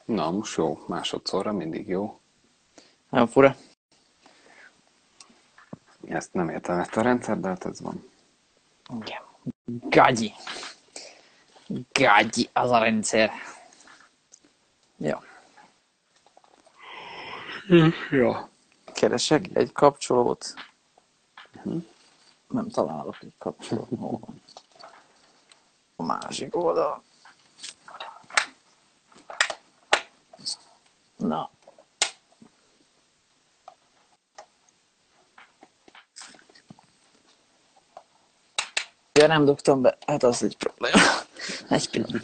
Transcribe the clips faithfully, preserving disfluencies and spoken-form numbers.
Na, most jó. Másodszorra mindig jó. Nagyon fura. Ezt nem értem, ezt a rendszer, de hát ez van. Igen. Gagyi. Gagyi az a rendszer. Ja. Ja. Keresek egy kapcsolót. Nem találok egy kapcsolót. Hol van? A másik oldal. Na. Ja, nem dobtam be. Hát az egy probléma. Egy pillanat.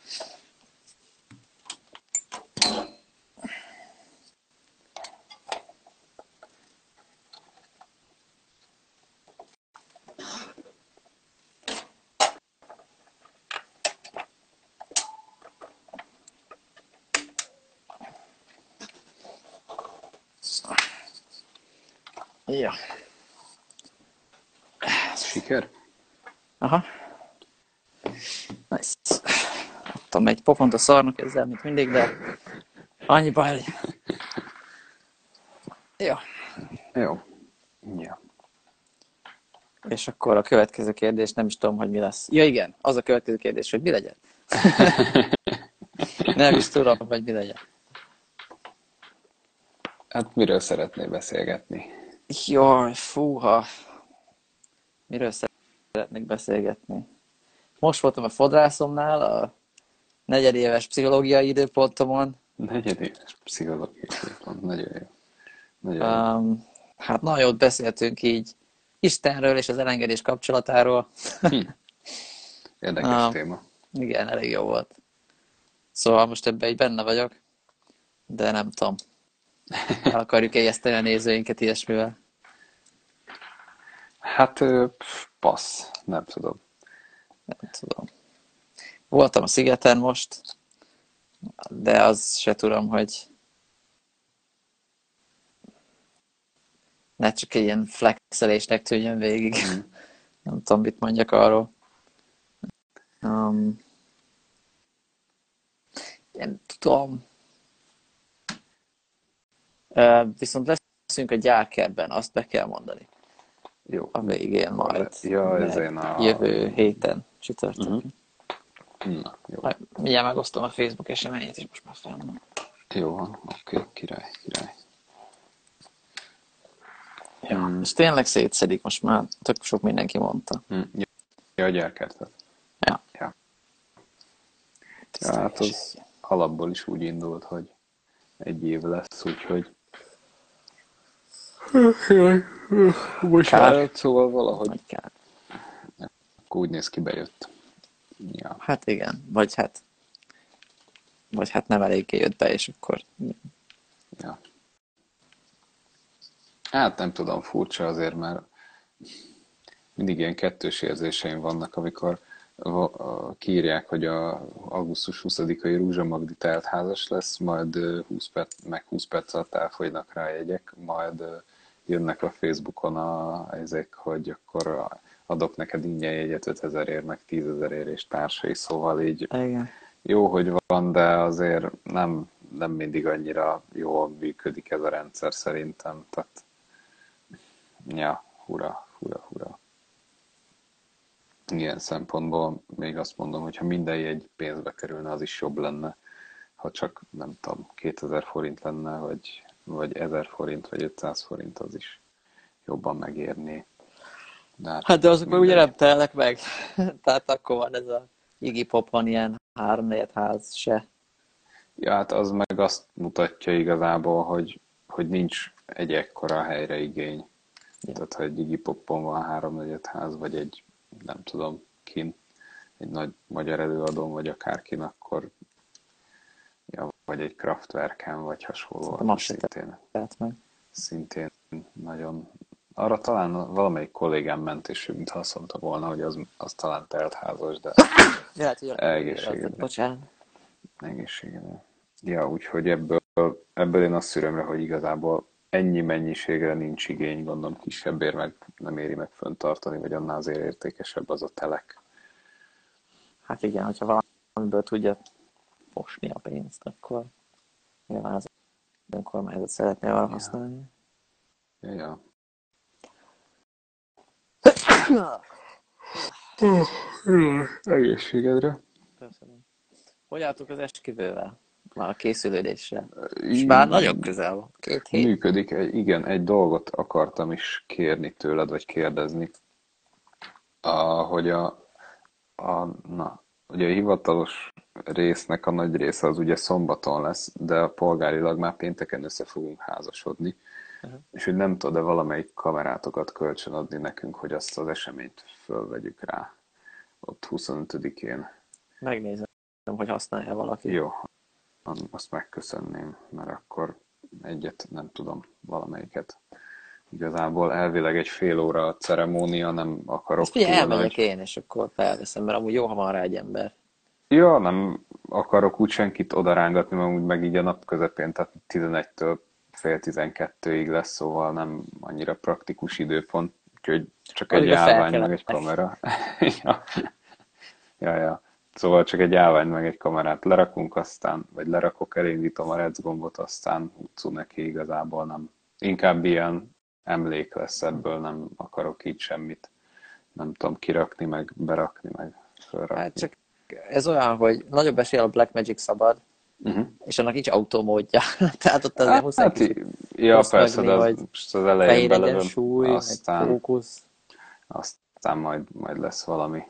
Ja. Siker? Aha. Nice. Adtam egy pofont a szarnak ezzel, mint mindig, de annyi baj. Ja. Jó. Ja. És akkor a következő kérdés, nem is tudom, hogy mi lesz. Ja igen, az a következő kérdés, hogy mi legyen. Nem is tudom, hogy mi legyen. Hát miről szeretnél beszélgetni? Jaj, fúha. Miről szeretnék beszélgetni? Most voltam a fodrászomnál, a negyedéves pszichológiai időpontomon. Negyedéves pszichológiai időpont. Nagyon jó. Nagyon jó. Um, hát nagyon jót beszéltünk így Istenről és az elengedés kapcsolatáról. Hm. Érdekes um, téma. Igen, elég jó volt. Szóval most ebben így benne vagyok, de nem tudom. El akarjuk éjeszteni a nézőinket ilyesmivel? Hát, pff, passz. Nem tudom. Nem tudom. Voltam a szigeten most, de az se tudom, hogy ne csak egy ilyen flexelésnek tűnjön végig. Mm. Nem tudom, mit mondjak arról. Um, nem tudom. Uh, viszont leszünk a gyárkertben, azt be kell mondani. Jó. A végén majd. Ja, ezen a... Jövő héten csütörtökön. Uh-huh. Na, jó. Majd mindjárt megosztom a Facebook eseményét, és most már fel van. Jó van, oké, okay. király, király. Ja, Mm. és tényleg szétszedik, most már tök sok mindenki mondta. Mm. Ja, a gyerkertet. Ja. Ja. Ja, hát az alapból is úgy indult, hogy egy év lesz, úgyhogy... Bocsánat, szóval valahogy... Nagy kár. Úgy néz ki, bejött. Ja. Hát igen, vagy hát... Vagy hát nem eléggé jött be, és akkor... Ja. Hát nem tudom, furcsa azért, mert mindig ilyen kettős érzéseim vannak, amikor kiírják, hogy a augusztus huszadikai Rúzsa Magdi teltházas lesz, majd húsz perc, meg húsz perc alatt elfogynak rá jegyek, majd jönnek a Facebookon a, ezek, hogy akkor adok neked ingyen jegyet ötezerért, meg tízezerért és társai, szóval így igen. Jó, hogy van, de azért nem, nem mindig annyira jól működik ez a rendszer szerintem, tehát ja, hura, hura, hura. Ilyen szempontból még azt mondom, hogy ha minden jegy pénzbe kerülne, az is jobb lenne, ha csak, nem tudom, kétezer forint lenne, vagy, vagy ezer forint, vagy ötszáz forint, az is jobban megérné. De hát, hát de azok meg ugye nem telnek meg. Tehát akkor van ez a Iggy Pop, van ilyen három-négy ház se. Ja, hát az meg azt mutatja igazából, hogy, hogy nincs egy ekkora helyre igény. Ja. Tehát, ha egy Iggy Popon van három-négy ház, vagy egy, nem tudom, kin, egy nagy magyar előadón, vagy akárkin, akkor ja, vagy egy Kraftwerken, vagy hasonló. Szintén, meg. szintén nagyon... Arra talán valamelyik kollégám ment, és ő mintha azt mondta volna, hogy az, az talán teltházas, de ja, hát, egészségedre. Bocsánat. Egészségedre. Ja, úgyhogy ebből, ebből én azt szűröm le, hogy igazából ennyi mennyiségre nincs igény, gondolom kisebbért meg nem éri meg föntartani, vagy annál azért értékesebb az a telek. Hát igen, hogyha valamiből tudja fosni a pénzt, akkor Nyilván az önkormányzat szeretné arra Ja, használni. ja, ja. Egészségedre. Köszönöm. Hogy álltok az esküvővel? Már a készülődéssel. És már nagyon Í- közel van. Két hét. Működik. Egy- Igen, egy dolgot akartam is kérni tőled, vagy kérdezni, a, hogy a, a, na, ugye a hivatalos résznek a nagy része az ugye szombaton lesz, de a polgárilag már pénteken össze fogunk házasodni, Uh-huh. és hogy nem tudod-e valamelyik kamerátokat kölcsönadni nekünk, hogy azt az eseményt fölvegyük rá ott huszonötödikén. Megnézem, hogy használja valaki. Jó, azt megköszönném, mert akkor egyet nem tudom, valamelyiket. Igazából elvileg egy fél óra a ceremónia, nem akarok Ezt figyelj, túl elmegyek nagy. én, és akkor felveszem, mert amúgy jó, ha van rá egy ember. Ja, nem akarok úgy senkit odarángatni, mert úgy meg így a nap közepén, tehát tizenegytől fél tizenkettőig lesz, szóval nem annyira praktikus időpont, úgyhogy csak egy Addigra állvány, meg egy felkelek. kamera. Ja, ja, ja. Szóval csak egy állvány, meg egy kamerát lerakunk, aztán, vagy lerakok, elindítom a rec gombot, aztán utcú neki igazából nem. Inkább ilyen emlék lesz ebből, nem akarok így semmit, nem tudom, kirakni, meg berakni, meg Hát felrakni. csak ez olyan, hogy nagyobb esély a Blackmagic szabad, Uh-huh. és annak nincs autómódja. Tehát ott azért muszáj Hát, kicsit ja, persze, posztagni, de az, hogy most az elején fehér belövöm, egyensúly, meg aztán, fókusz. aztán majd, majd lesz valami,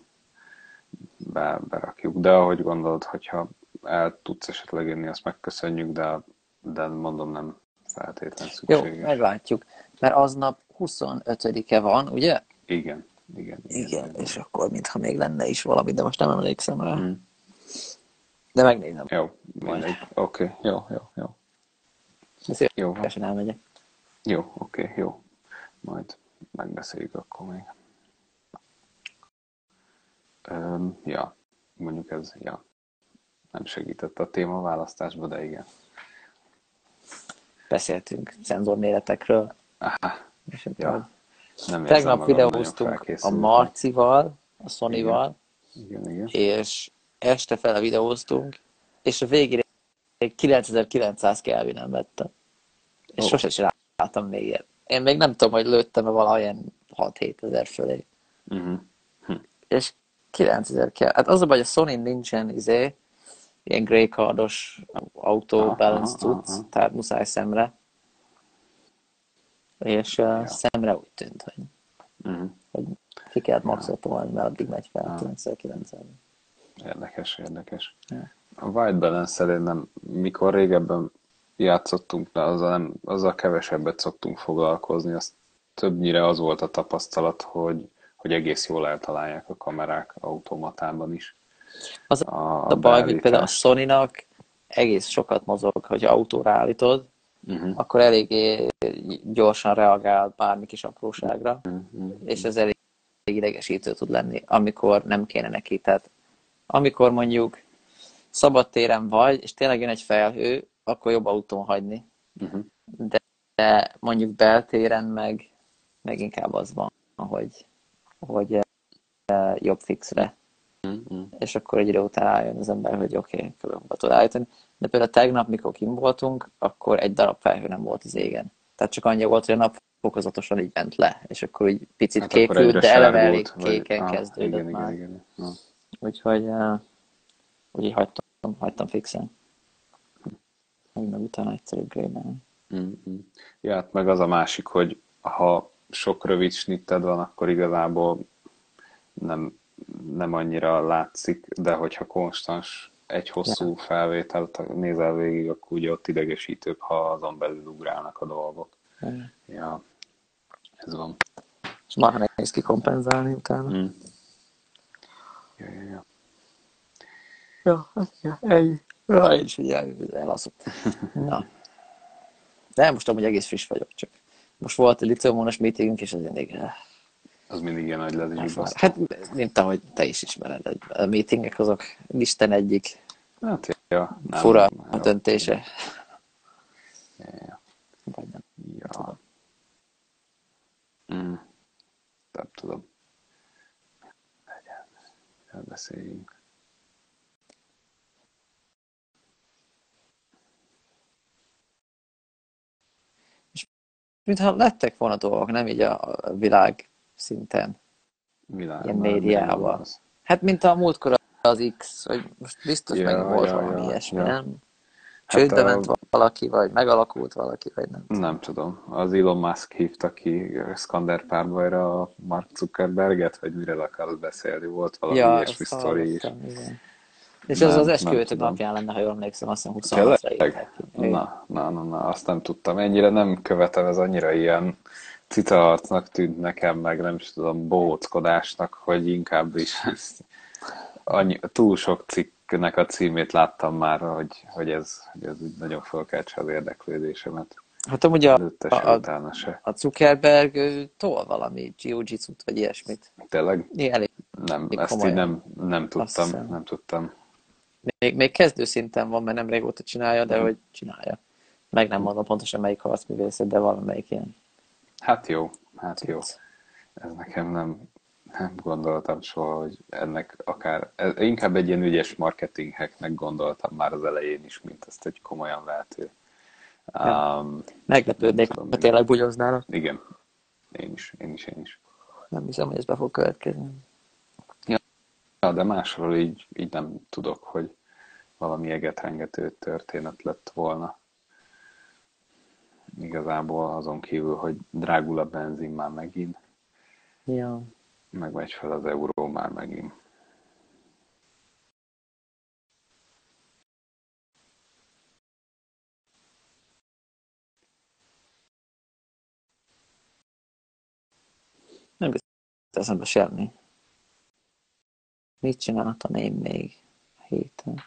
be, berakjuk. De ahogy gondolod, hogyha el tudsz esetleg jönni, azt megköszönjük, de, de mondom, nem feltétlen Jó, szükséges. meglátjuk. Mert aznap huszonötödike van, ugye? Igen, igen, igen, Igen, úgy és van. akkor mintha még lenne is valami, de most nem emlékszem rá. Mm. De megnézem Jó, majd. mindegy. Oké, okay. Jó, jó, jó. De Jó van. szívesen elmegyek. Jó, oké, okay, jó. Majd megbeszéljük akkor még. Öm, ja, mondjuk ez, ja, nem segített a témaválasztásba, de igen. Beszéltünk szenzorméretekről. Aha, És akkor ja, nem érzem tegnap magam nagyon videóztunk a felkészültnek. Marcival, a Igen, Sonyval, igen, igen. és este fele videóztunk, és a végére kilencezer-kilencszáz Kelvinen vettem. És Ó, sose csináltam még ilyet. Én még nem tudom, hogy lőttem-e valahilyen hat-hét ezer fölé. uh-huh. Hm. És kilencezer kell. Hát az a baj, a Sony nincsen izé, ilyen grey cardos auto Aha, balance aha, aha, cucc, aha. tehát muszáj szemre. És uh, Ja. szemre úgy tűnt, hogy, Uh-huh. hogy ki kellett Ja. maxolni, mert addig megy fel Ja. kilencezer-kilencszáz. Érdekes, érdekes. Ja. A White Balance-el én nem, mikor régebben játszottunk, de azzal, nem, azzal kevesebbet szoktunk foglalkozni, az többnyire az volt a tapasztalat, hogy, hogy egész jól eltalálják a kamerák automatában is Az a, a a baj, hogy például a beállítást. Sony-nak egész sokat mozog, hogy autóra állítod, Uh-huh. akkor eléggé gyorsan reagál bármi kis apróságra, Uh-huh. és ez elég idegesítő tud lenni, amikor nem kéne neki. Tehát amikor mondjuk szabadtéren vagy, és tényleg jön egy felhő, akkor jobb autón hagyni. Uh-huh. De, de mondjuk beltéren meg, meg inkább az van, hogy, hogy eh, jobb fixre. Uh-huh. És akkor egy idő után rájön az ember, hogy oké, okay, különböző tudod állítani. De például tegnap, mikor kim voltunk, akkor egy darab felhő nem volt az égen. Tehát csak annyi volt, hogy a nap fokozatosan így ment le, és akkor így picit Hát akkor kékült, egyre de eleve elég sárgult, vagy... kéken Ah, kezdődött igen, igen, már. igen. Ah. Úgyhogy uh, úgy így hagytam, hagytam fixen. Meg meg utána egyszerűbb grade-elni. Mm-hmm. Ja, hát meg az a másik, hogy ha sok rövid snitted van, akkor igazából nem, nem annyira látszik, de hogyha konstans egy hosszú Ja. felvételt nézel végig, akkor ugye ott idegesítőbb, ha azon belül ugrálnak a dolgok. Ja. Ja, ez van. És marha nehéz kikompenzálni utána. Mm. Ja, ja, ja. Ja, ja, ennyi. Ja, én is így el, elaszott. Na. De most amúgy egész friss vagyok, csak most volt egy litiumónos meetingünk, és az mindig... Az mindig ilyen nagy lezsibbasztó. Hát, mint ahogy te is ismered, a meetingek azok Isten egyik Hát, ja, nem. fura Jó. döntése. Ja, ja. Vagy nem. Ja. Mm. Nem tudom. Legyen. Elbeszéljünk. mintha lettek volna dolgok, nem így a világ szinten, ilyen Világban mire médiával. gondolsz? Hát, mint a múltkor az X, hogy most biztos megint Ja, volt ja, valami ja, ilyesmi, ja. nem? Hát Csődbe ment a, valaki, vagy megalakult valaki, vagy nem tudom. nem tudom, az Elon Musk hívta ki Skander párbajra a Mark Zuckerberget, vagy mire akarod beszélni? Volt valami Ja, ilyesmi ezt sztori is. hallottam, igen. És az az Nem, nem esküvőtök tudom. napján lenne, ha jól emlékszem, azt hiszem huszonhatra Tényleg? írták ki. Igen. Na, na, na, na, azt nem tudtam. Ennyire nem követem, ez annyira ilyen cicaharcnak tűnt nekem, meg nem is tudom, bohóckodásnak, hogy inkább is annyi, túl sok cikknek a címét láttam már, hogy, hogy, ez, hogy ez úgy nagyon fölkeltse az érdeklődésemet. Hát amúgy a, Előtte se, a, utána se. a Zuckerberg ő tol valami jiu-jitsu-t, vagy ilyesmit. Tényleg? Igen, elég Nem, ezt így komolyan, nem, nem azt tudtam, hiszem. nem tudtam. Még, még kezdő szinten van, mert nem régóta csinálja, de hogy csinálja. Meg nem mondom pontosan melyik harcművészet, de valamelyik ilyen Hát jó, hát jó. cucc. Ez nekem nem, nem gondoltam soha, hogy ennek akár, ez, inkább egy ilyen ügyes marketing hacknek gondoltam már az elején is, mint ezt egy komolyan vehető. Ja. Um, nem Meglepődnék, tudom, ha igen. tényleg bugyoznának. Igen, én is, én is, én is. Nem hiszem, hogy ez be fog következni. Ja, de másról így, így nem tudok, hogy valami egetrengető történet lett volna. Igazából azon kívül, hogy drágul a benzin már megint, Ja. meg megy fel az euró már megint. Nem jutott eszembe semmi. Mit csináltam én még a héten?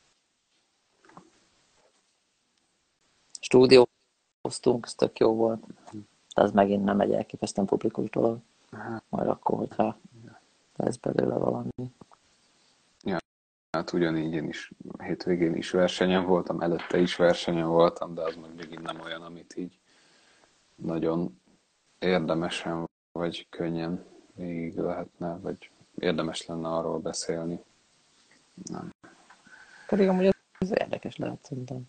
Stúdióztunk, ez tök jó volt. De ez megint nem egy elképesztően publikus dolog. Majd akkor, hogyha lesz belőle valami. Hát ugyanígy én is hétvégén is versenyen voltam, előtte is versenyen voltam, de az meg megint nem olyan, amit így nagyon érdemesen vagy könnyen végig lehetne, vagy érdemes lenne arról beszélni. Nem. Pedig amúgy ez érdekes lehet szerintem.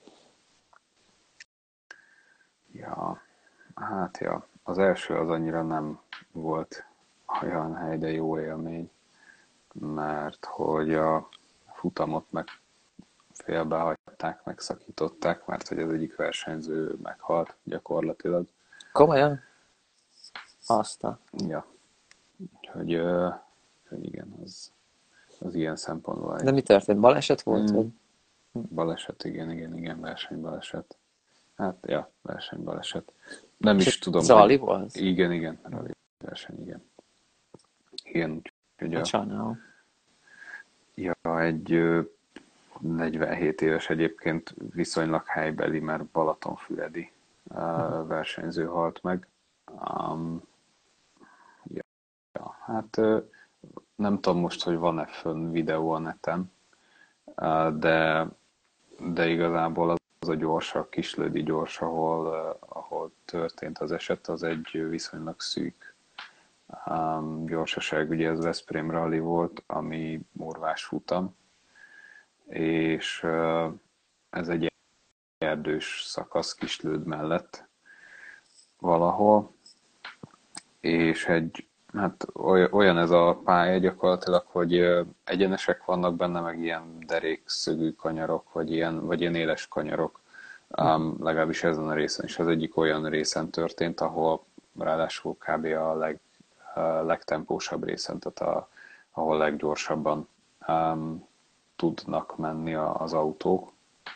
Ja, hát ja, az első az annyira nem volt olyan hely, de jó élmény, mert hogy a futamot meg félbehagyták, megszakították, mert hogy az egyik versenyző meghalt gyakorlatilag. Komolyan? Azt a... Ja, hogy, ö, hogy igen, az, az ilyen szempontból De mi egy történt? Baleset volt? mm, Vagy? baleset, igen, igen, igen, versenybaleset. Hát, ja, versenybaleset. Nem És is tudom, ez rally hogy volt? igen, igen, rally verseny, igen. Igen, úgyhogy Hát a, sajnálom. ja, egy ö, negyvenhét éves egyébként viszonylag helybeli, mert Balatonfüredi uh, versenyző halt meg. Um, ja, ja, hát ö, nem tudom most, hogy van-e fönn videó a neten, uh, de, de igazából az, az a gyors, a Kislődi gyors, ahol, uh, ahol történt az eset, az egy viszonylag szűk um, gyorsaság. Ugye ez Veszprém Rally volt, ami morvás futam, és uh, ez egy erdős szakasz Kislőd mellett valahol, és egy, hát olyan ez a pálya gyakorlatilag, hogy egyenesek vannak benne, meg ilyen derékszögű kanyarok, vagy ilyen, vagy ilyen éles kanyarok, um, legalábbis ezen a részen, és az egyik olyan részen történt, ahol ráadásul kb. A leg, a legtempósabb részen, tehát a, ahol leggyorsabban um, tudnak menni a, az autók,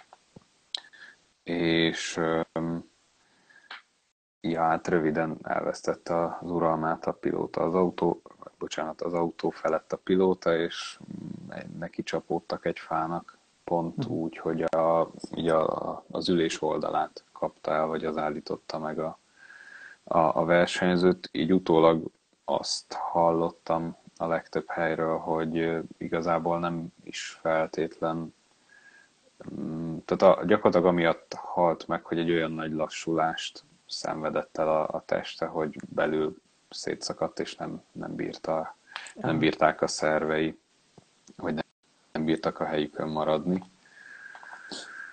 és um, ja, hát röviden elvesztette az uralmát a pilóta, az autó, bocsánat, az autó felett a pilóta, és neki csapódtak egy fának, pont úgy, hogy a, így a, az ülés oldalát kapta el, vagy az állította meg a, a, a versenyzőt. Így utólag azt hallottam a legtöbb helyről, hogy igazából nem is feltétlen, tehát a, gyakorlatilag amiatt halt meg, hogy egy olyan nagy lassulást szenvedett el a, a teste, hogy belül szétszakadt, és nem, nem, bírta, nem bírták a szervei, vagy nem, nem bírtak a helyükön maradni.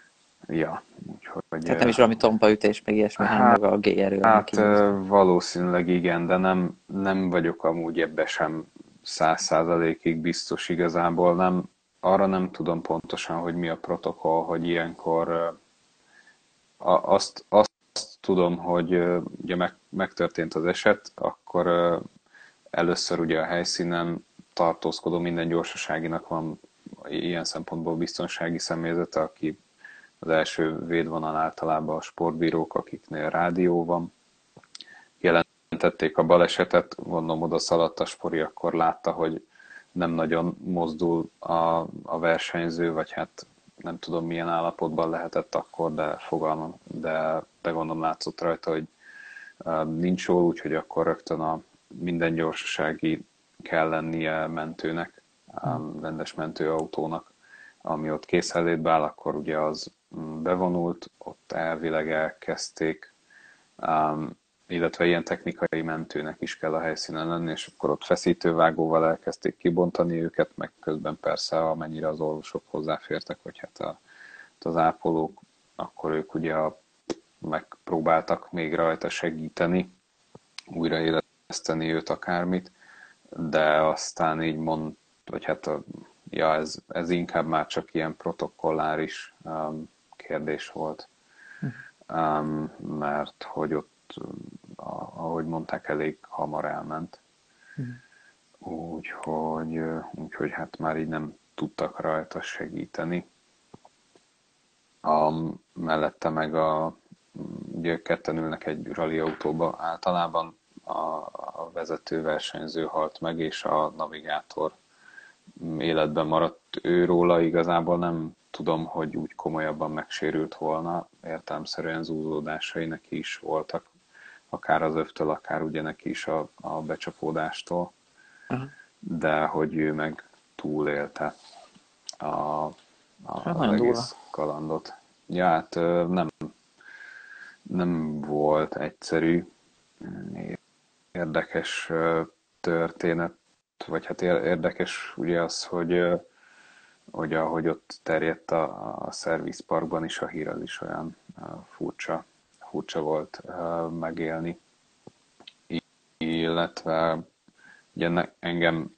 Ja, úgyhogy Tehát nem is valami tompaütés, meg ilyesmi, hanem hát, maga a G-erő, ami hát kinyújtott. valószínűleg igen, de nem, nem vagyok amúgy ebbe sem száz százalékig biztos igazából. Nem, arra nem tudom pontosan, hogy mi a protokoll, hogy ilyenkor azt, azt tudom, hogy ugye meg, megtörtént az eset, akkor először ugye a helyszínen tartózkodó minden gyorsaságinak van ilyen szempontból biztonsági személyzete, aki az első védvonal általában a sportbírók, akiknél rádió van. Jelentették a balesetet, gondolom oda szaladt a spori, akkor látta, hogy nem nagyon mozdul a, a versenyző, vagy hát nem tudom milyen állapotban lehetett akkor, de fogalmam, de, de gondolom látszott rajta, hogy nincs jól, úgyhogy akkor rögtön a minden gyorsasági kell lennie mentőnek, rendes mentőautónak, ami ott készenlétbe áll, akkor ugye az bevonult, ott elvileg elkezdték, illetve ilyen technikai mentőnek is kell a helyszínen lenni, és akkor ott feszítővágóval elkezdték kibontani őket, meg közben persze amennyire az orvosok hozzáfértek, vagy hát a, az ápolók, akkor ők ugye a, megpróbáltak még rajta segíteni, újraéleszteni őt akármit, de aztán így mond, vagy hát a, ja, ez, ez inkább már csak ilyen protokolláris um, kérdés volt, um, mert hogy ott, ahogy mondták, elég hamar elment. Úgyhogy, úgyhogy hát már így nem tudtak rajta segíteni. A, mellette meg a, ugye ketten ülnek egy rally autóba, általában a, a vezető versenyző halt meg, és a navigátor életben maradt. Őróla igazából nem tudom, hogy úgy komolyabban megsérült volna, értelemszerűen zúzódásai neki is voltak, akár az övtől, akár ugye neki is a, a becsapódástól, Aha. de hogy ő meg túlélte a, a, Hát az nagyon durva. egész kalandot. Ja, hát nem, nem volt egyszerű, érdekes történet, vagy hát érdekes ugye az, hogy, hogy ahogy ott terjedt a, a szervizparkban is a hír, az is olyan furcsa, furcsa volt megélni. Illetve ugye engem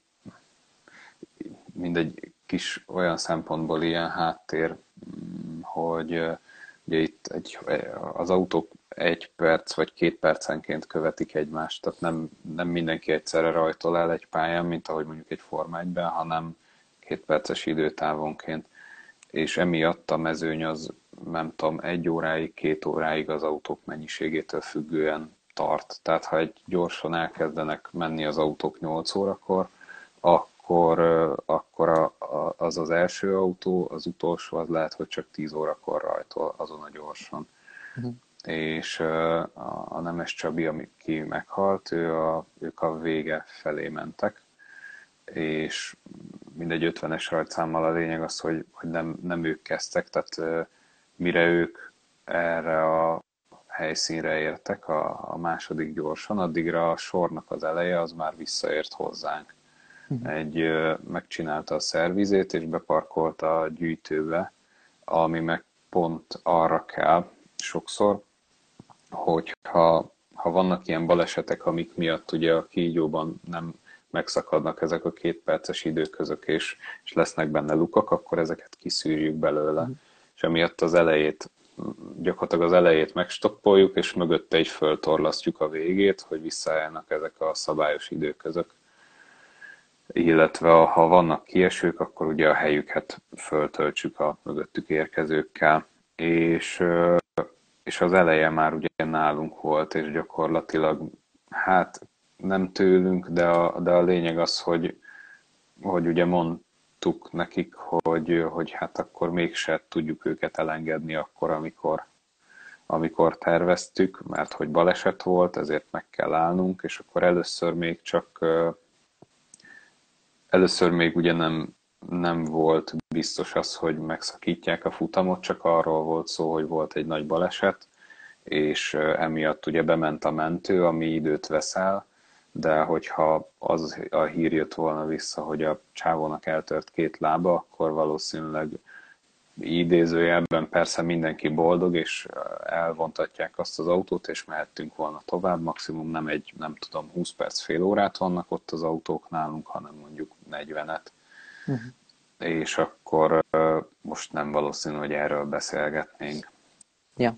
mindegy kis olyan szempontból ilyen háttér, hogy ugye itt egy, az autók egy perc vagy két percenként követik egymást, tehát nem, nem mindenki egyszerre rajtol el egy pályán, mint ahogy mondjuk egy Forma egyben, hanem két perces időtávonként. És emiatt a mezőny az, nem tudom, egy óráig, két óráig az autók mennyiségétől függően tart. Tehát ha egy gyorsan elkezdenek menni az autók nyolc órakor, akkor, akkor a, a, az az első autó, az utolsó, az lehet, hogy csak tíz órakor rajtol azon a gyorsan. Uh-huh. És a, a Nemes Csabi, aki meghalt, ő a, ők a vége felé mentek, és mindegy ötvenes rajtszámmal a lényeg az, hogy, hogy nem, nem ők kezdtek, tehát mire ők erre a helyszínre értek, a, a második gyorsan, addigra a sornak az eleje az már visszaért hozzánk. Egy megcsinálta a szervizét, és beparkolta a gyűjtőbe, ami meg pont arra kell sokszor, hogy ha, ha vannak ilyen balesetek, amik miatt ugye a kígyóban nem megszakadnak ezek a két perces időközök, és, és lesznek benne lukak, akkor ezeket kiszűrjük belőle. Mm. És emiatt az elejét, gyakorlatilag az elejét megstoppoljuk, és mögötte egy föltorlasztjuk a végét, hogy visszaállnak ezek a szabályos időközök. Illetve ha vannak kiesők, akkor ugye a helyüket föltöltsük a mögöttük érkezőkkel. És, és az eleje már ugye nálunk volt, és gyakorlatilag hát nem tőlünk, de a, de a lényeg az, hogy, hogy ugye mondtuk nekik, hogy, hogy hát akkor mégse tudjuk őket elengedni akkor, amikor, amikor terveztük, mert hogy baleset volt, ezért meg kell állnunk, és akkor először még csak először még ugye nem, nem volt biztos az, hogy megszakítják a futamot, csak arról volt szó, hogy volt egy nagy baleset, és emiatt ugye bement a mentő, ami időt vesz el, de hogyha az a hír jött volna vissza, hogy a csávónak eltört két lába, akkor valószínűleg idézőjelben persze mindenki boldog, és elvontatják azt az autót, és mehettünk volna tovább. Maximum nem egy, nem tudom, húsz perc, fél órát vannak ott az autók nálunk, hanem mondjuk negyvenet. Uh-huh. És akkor most nem valószínű, hogy erről beszélgetnénk. Ja.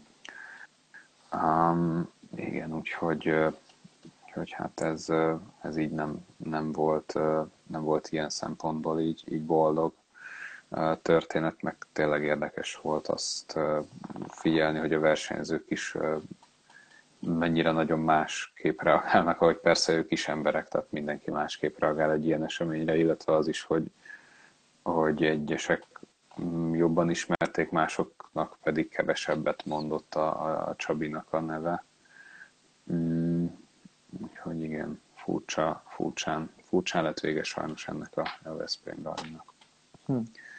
Um, igen, úgyhogy, úgyhogy hát ez, ez így nem, nem, volt, nem volt ilyen szempontból így, így boldog történet, meg tényleg érdekes volt azt figyelni, hogy a versenyzők is mennyire nagyon másképp reagálnak, ahogy persze ők is emberek, tehát mindenki másképp reagál egy ilyen eseményre, illetve az is, hogy, hogy egyesek jobban ismerték, másoknak pedig kevesebbet mondott a, a Csabinak a neve. Mm, úgyhogy igen, furcsa, furcsán, furcsán lett vége sajnos ennek a, a Veszprém Rallynak. Hm.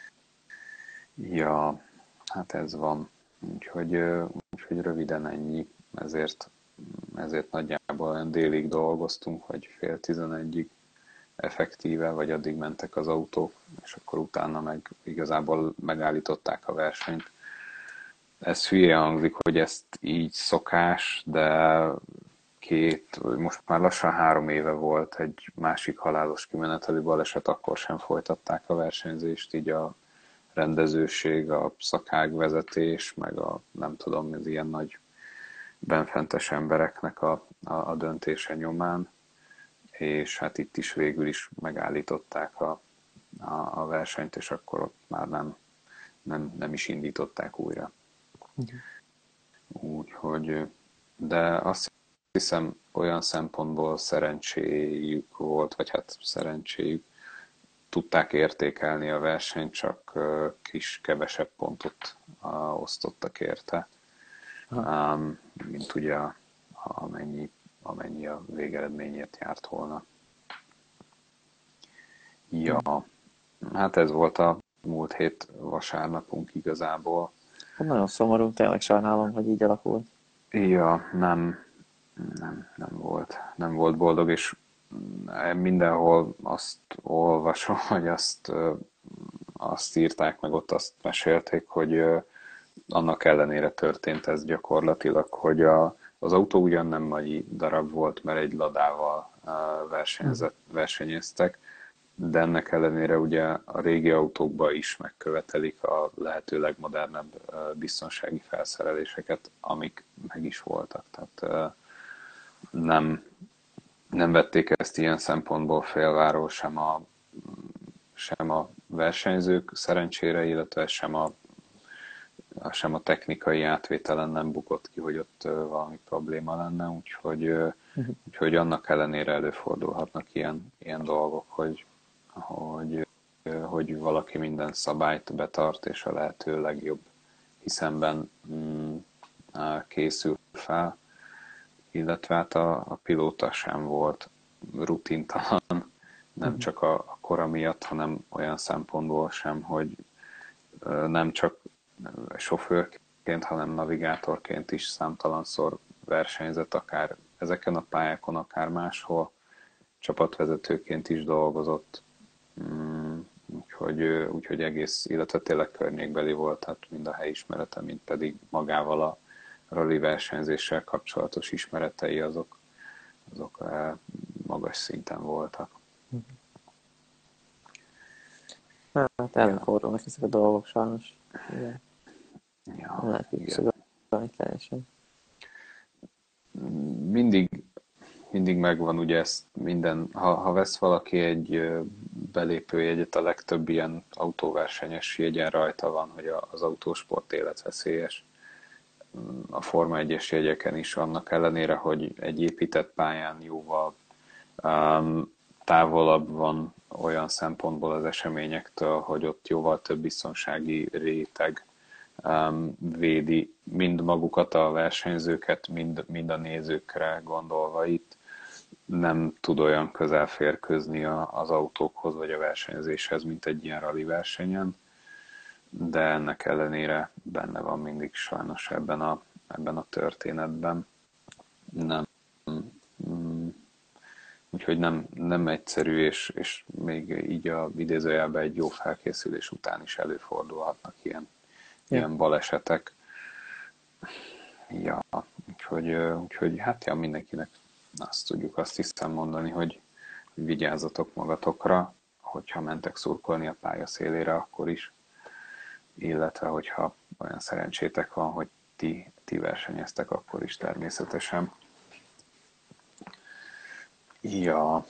Ja, hát ez van. Úgyhogy, úgyhogy röviden ennyi. Ezért, ezért nagyjából olyan délig dolgoztunk, vagy fél tizenegyig effektíve, vagy addig mentek az autók, és akkor utána meg igazából megállították a versenyt. Ez hülye hangzik, hogy ezt így szokás, de két, most már lassan három éve volt egy másik halálos kimeneteli baleset, akkor sem folytatták a versenyzést, így a rendezőség, a szakágvezetés, meg a nem tudom, az ilyen nagy benfentes embereknek a, a, a döntése nyomán, és hát itt is végül is megállították a, a, a versenyt, és akkor ott már nem, nem, nem is indították újra. Úgyhogy, de azt hiszem olyan szempontból szerencséjük volt, vagy hát szerencséjük, tudták értékelni a versenyt, csak kis kevesebb pontot osztottak érte, um, mint ugye amennyi, amennyi a végeredményért járt volna. Ja, hát ez volt a múlt hét vasárnapunk igazából. Hát nagyon szomorú, tényleg sajnálom, hogy így alakult. Ja, nem, nem, nem volt, nem volt boldog, és mindenhol azt olvasom, hogy azt, azt írták, meg ott azt mesélték, hogy annak ellenére történt ez gyakorlatilag, hogy a, az autó ugyan nem mai darab volt, mert egy Ladával versenyzett, versenyeztek, de ennek ellenére ugye a régi autókban is megkövetelik a lehető legmodernebb biztonsági felszereléseket, amik meg is voltak. Tehát nem, nem vették ezt ilyen szempontból félváról sem a, sem a versenyzők szerencsére, illetve sem a, sem a technikai átvételen nem bukott ki, hogy ott valami probléma lenne, úgyhogy, uh-huh. úgyhogy annak ellenére előfordulhatnak ilyen, ilyen dolgok, hogy, hogy, hogy valaki minden szabályt betart, és a lehető legjobb hiszemben mm, készül fel, illetve hát a, a pilóta sem volt rutintalan, nem csak a, a kora miatt, hanem olyan szempontból sem, hogy nem csak sofőrként, hanem navigátorként is számtalanszor versenyzett, akár ezeken a pályákon, akár máshol, csapatvezetőként is dolgozott, úgyhogy, úgyhogy egész, illetve tényleg környékbeli volt, tehát mind a helyismerete, mind pedig magával a rally versenyzéssel kapcsolatos ismeretei azok, azok magas szinten voltak. Hát előfordulnak ezek a dolgok sajnos. Igen. Ja, nem lehet kiküszöbölni teljesen. Mindig, mindig megvan ugye ezt minden, ha, ha vesz valaki egy belépőjegyet, a legtöbb ilyen autóversenyes jegyen rajta van, hogy az autósport életveszélyes. A Forma egyes jegyeken is, annak ellenére, hogy egy épített pályán jóval um, távolabb van olyan szempontból az eseményektől, hogy ott jóval több biztonsági réteg um, védi mind magukat a versenyzőket, mind, mind a nézőkre gondolva itt. Nem tud olyan közel férkőzni az autókhoz vagy a versenyzéshez, mint egy ilyen rally versenyen, de ennek ellenére benne van mindig sajnos ebben a, ebben a történetben. Nem, úgyhogy nem, nem egyszerű, és, és még így a idézőjelben egy jó felkészülés után is előfordulhatnak ilyen, Ja. ilyen balesetek. Ja, úgyhogy, úgyhogy hát ja, mindenkinek azt tudjuk azt hiszem mondani, hogy vigyázzatok magatokra, hogyha mentek szurkolni a pálya szélére, akkor is, illetve hogyha olyan szerencsétek van, hogy ti, ti versenyeztek, akkor is természetesen. Ja,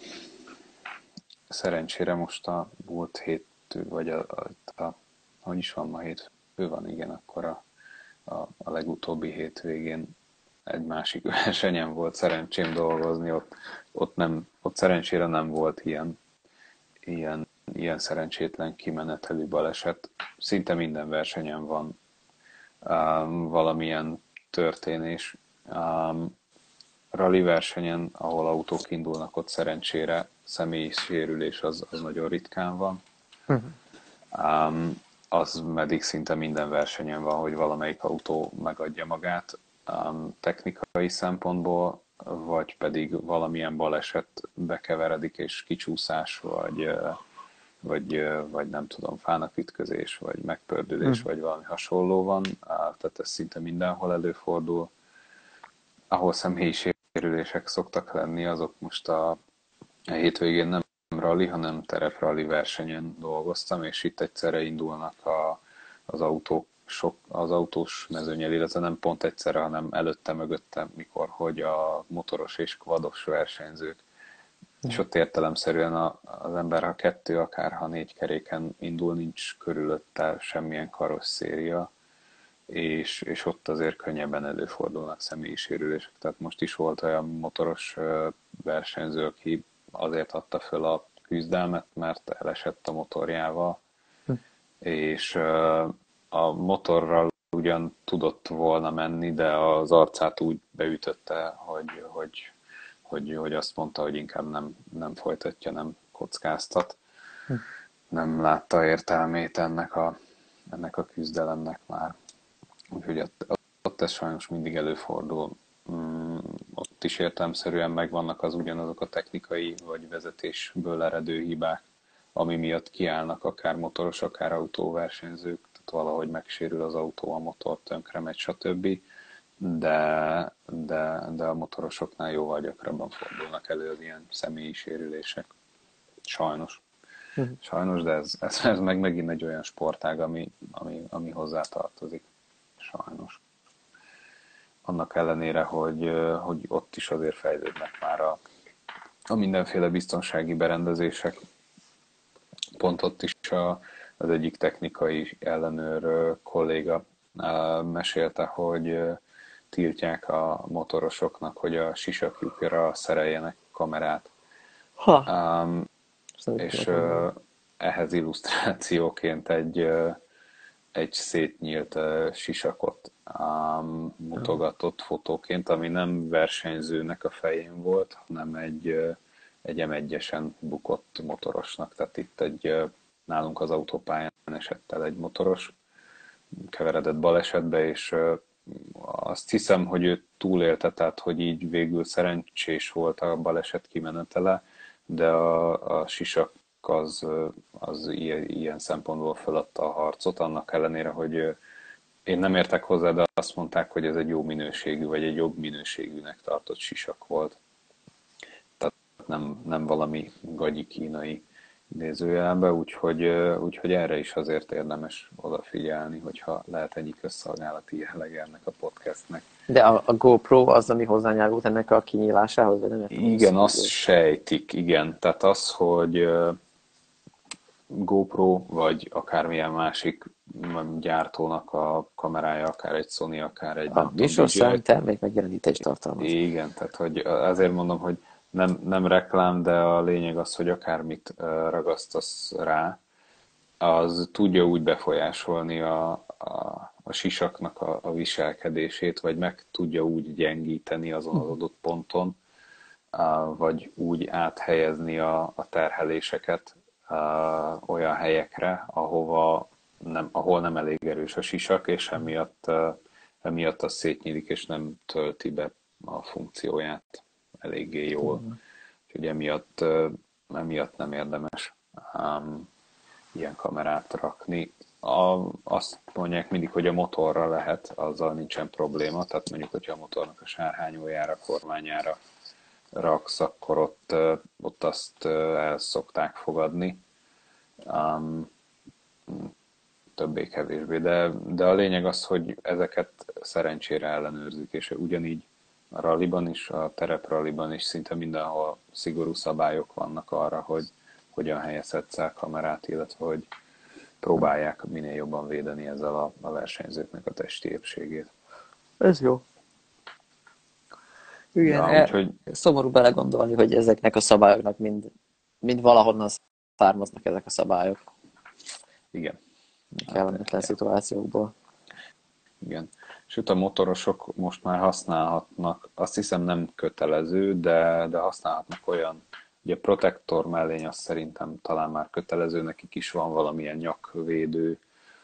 szerencsére most a múlt hét, vagy a, a, a hogy is van ma hétfő van, igen, akkor a, a, a legutóbbi hétvégén egy másik versenyen volt szerencsém dolgozni, ott, ott, nem, ott szerencsére nem volt ilyen, ilyen, ilyen szerencsétlen kimenetelű baleset. Szinte minden versenyen van um, valamilyen történés. Um, rally versenyen, ahol autók indulnak, ott szerencsére személyi sérülés az, az nagyon ritkán van. Uh-huh. Um, az pedig szinte minden versenyen van, hogy valamelyik autó megadja magát um, technikai szempontból, vagy pedig valamilyen baleset bekeveredik, és kicsúszás, vagy, vagy, vagy nem tudom, fának ütközés, vagy megpördülés, Uh-huh. vagy valami hasonló van. Tehát ez szinte mindenhol előfordul. Ahol személyi sérülések szoktak lenni, azok most a, a hétvégén nem rally, hanem tereprally versenyen dolgoztam, és itt egyszerre indulnak a, az autók, sok, az autós mezőnyel, illetve nem pont egyszerre, hanem előtte, mögötte, mikor, hogy a motoros és quados versenyzők. Mm. És ott értelemszerűen a, az ember, ha kettő, akár ha négy keréken indul, nincs körülötte semmilyen karosszéria, és, és ott azért könnyebben előfordulnak személyi sérülések. Tehát most is volt olyan motoros versenyző, aki azért adta föl a küzdelmet, mert elesett a motorjával, hm. és a motorral ugyan tudott volna menni, de az arcát úgy beütötte, hogy, hogy, hogy, hogy azt mondta, hogy inkább nem, nem folytatja, nem kockáztat. Hm. Nem látta értelmét ennek a, ennek a küzdelemnek már. Úgyhogy ott, ott ez sajnos mindig előfordul. Mm, ott is értelemszerűen megvannak az ugyanazok a technikai vagy vezetésből eredő hibák, ami miatt kiállnak akár motoros, akár autóversenyzők, tehát valahogy megsérül az autó, a motor tönkre megy, stb. De, de, de a motorosoknál jóval gyakrabban fordulnak elő az ilyen személyi sérülések. Sajnos. Sajnos, de ez, ez, ez meg megint egy olyan sportág, ami, ami, ami hozzátartozik. Sajnos. Annak ellenére, hogy, hogy ott is azért fejlődnek már a, a mindenféle biztonsági berendezések. Pont ott is a, az egyik technikai ellenőr kolléga mesélte, hogy tiltják a motorosoknak, hogy a sisakjukra szereljenek kamerát. Ha. Um, és uh, ehhez illusztrációként egy egy szétnyílt uh, sisakot um, mutogatott fotóként, ami nem versenyzőnek a fején volt, hanem egy, uh, egy em egyesen bukott motorosnak. Tehát itt egy, uh, nálunk az autópályán esett el egy motoros, keveredett balesetbe, és uh, azt hiszem, hogy ő túlélte, tehát hogy így végül szerencsés volt a baleset kimenetele, de a, a sisak az, az ilyen, ilyen szempontból feladta a harcot, annak ellenére, hogy én nem értek hozzá, de azt mondták, hogy ez egy jó minőségű, vagy egy jobb minőségűnek tartott sisak volt. Tehát nem, nem valami gagyi kínai idézőjelbe, úgyhogy, úgyhogy erre is azért érdemes odafigyelni, hogyha lehet egyik közszolgálati jellege ennek a podcastnek. De a, a GoPro az, ami hozzányárult ennek a kinyílásához, vagy nem? Igen, azt sejtik, igen. Tehát az, hogy GoPro, vagy akármilyen másik gyártónak a kamerája, akár egy Sony, akár egy... A műsorszám termék megjelenítés tartalmaz. Igen, tehát hogy azért mondom, hogy nem, nem reklám, de a lényeg az, hogy akármit ragasztasz rá, az tudja úgy befolyásolni a, a, a sisaknak a, a viselkedését, vagy meg tudja úgy gyengíteni azon az adott ponton, vagy úgy áthelyezni a, a terheléseket Uh, olyan helyekre, ahova nem, ahol nem elég erős a sisak, és emiatt, uh, emiatt az szétnyílik, és nem tölti be a funkcióját eléggé jól. Uh-huh. Úgyhogy emiatt, uh, emiatt nem érdemes um, ilyen kamerát rakni. a, azt mondják mindig, hogy a motorra lehet, azzal nincsen probléma, tehát mondjuk, hogyha a motornak a sárhányójára, kormányára raksz, akkor ott, ott azt el szokták fogadni. Um, többé-kevésbé, de, de a lényeg az, hogy ezeket szerencsére ellenőrzik, és ugyanígy a ralliban is, a terepralliban is szinte mindenhol szigorú szabályok vannak arra, hogy hogyan helyezhetsz el kamerát, illetve hogy próbálják minél jobban védeni ezzel a, a versenyzőknek a testi épségét. Ez jó. Igen, Ja, e, úgyhogy szomorú belegondolni, hogy ezeknek a szabályoknak mind, mind valahonnan származnak ezek a szabályok igen. kellemetlen Hát, szituációkból. igen. Sőt, a motorosok most már használhatnak, azt hiszem nem kötelező, de, de használhatnak olyan, ugye a protektor mellény az szerintem talán már kötelező, nekik is van valamilyen nyakvédő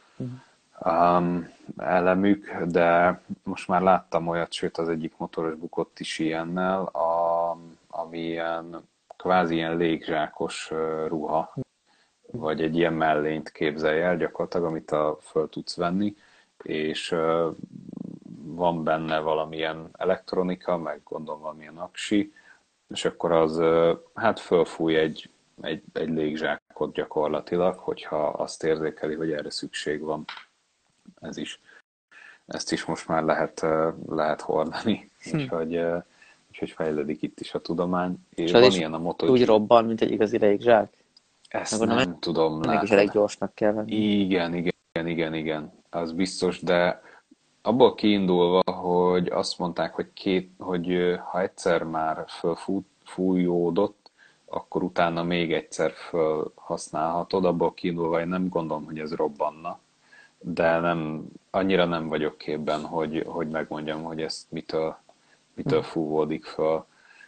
um, elemük, de most már láttam olyat, sőt az egyik motoros bukott is ilyennel, a, ami ilyen kvázi ilyen légzsákos uh, ruha, vagy egy ilyen mellényt képzelj el gyakorlatilag, amit a, föl tudsz venni, és uh, van benne valamilyen elektronika, meg gondolom valamilyen aksi, és akkor az uh, hát fölfúj egy, egy, egy légzsákot gyakorlatilag, hogyha azt érzékeli, hogy erre szükség van. Ez is. Ezt is most már lehet, uh, lehet hordani, Hm. úgyhogy, uh, úgyhogy fejlődik itt is a tudomány. És És az van is ilyen a úgy MotoGP. robban, mint egy igazi légzsák. Ezt Gondolom, nem tudom, ennek is elég látod. gyorsnak kell lenni. Igen, igen, igen, igen, az biztos, de abból kiindulva, hogy azt mondták, hogy, két, hogy ö, ha egyszer már fölfújódott, akkor utána még egyszer felhasználhatod, abból kiindulva én nem gondolom, hogy ez robbanna, de nem, annyira nem vagyok képben, hogy, hogy megmondjam, hogy ezt mitől, mitől fúvódik föl.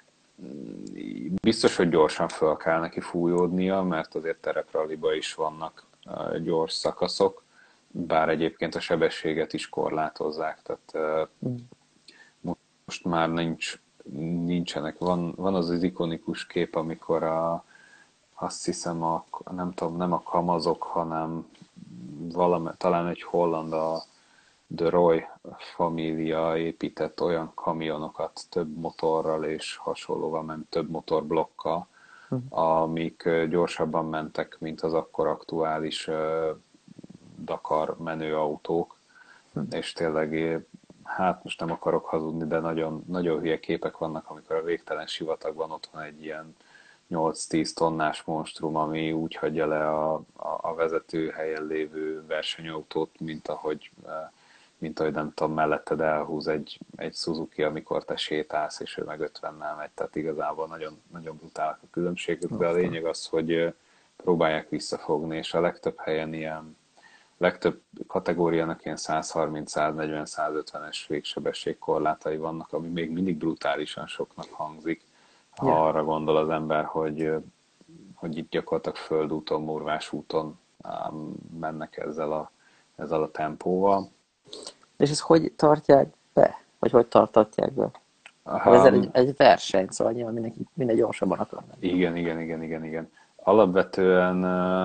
Biztos, hogy gyorsan föl kell neki fújódnia, mert azért terepralliba is vannak ö, gyors szakaszok, bár egyébként a sebességet is korlátozzák, tehát Hm. most már nincs, nincsenek. Van, van az az ikonikus kép, amikor a, azt hiszem, a, nem tudom, nem a kamazok, hanem valami, talán egy holland, a De Roy família épített olyan kamionokat több motorral és hasonlóval, mert több motorblokkal, amik gyorsabban mentek, mint az akkor aktuális Dakar menőautók, és tényleg, hát most nem akarok hazudni, de nagyon, nagyon hülye képek vannak, amikor a végtelen sivatagban ott van egy ilyen nyolc-tíz tonnás monstrum, ami úgy hagyja le a, a, a vezetőhelyen lévő versenyautót, mint ahogy, mint ahogy nem tudom, melletted elhúz egy, egy Suzuki, amikor te sétálsz, és ő meg ötvennel megy, tehát igazából nagyon, nagyon brutálak a különbségek, de a lényeg az, hogy próbálják visszafogni, és a legtöbb helyen ilyen legtöbb kategóriának ilyen száz harminc, száz negyven, száz ötvenes végsebesség korlátai vannak, ami még mindig brutálisan soknak hangzik, ha Yeah. arra gondol az ember, hogy, hogy itt gyakorlatilag földúton, murvás úton mennek ezzel a, ezzel a tempóval. És ezt hogy tartják be? Vagy hogy tartatják be? Hát ez egy, Um, egy verseny, szóval nyilván mindenki minden gyorsabban akar menni. igen, igen, igen, igen, igen. Alapvetően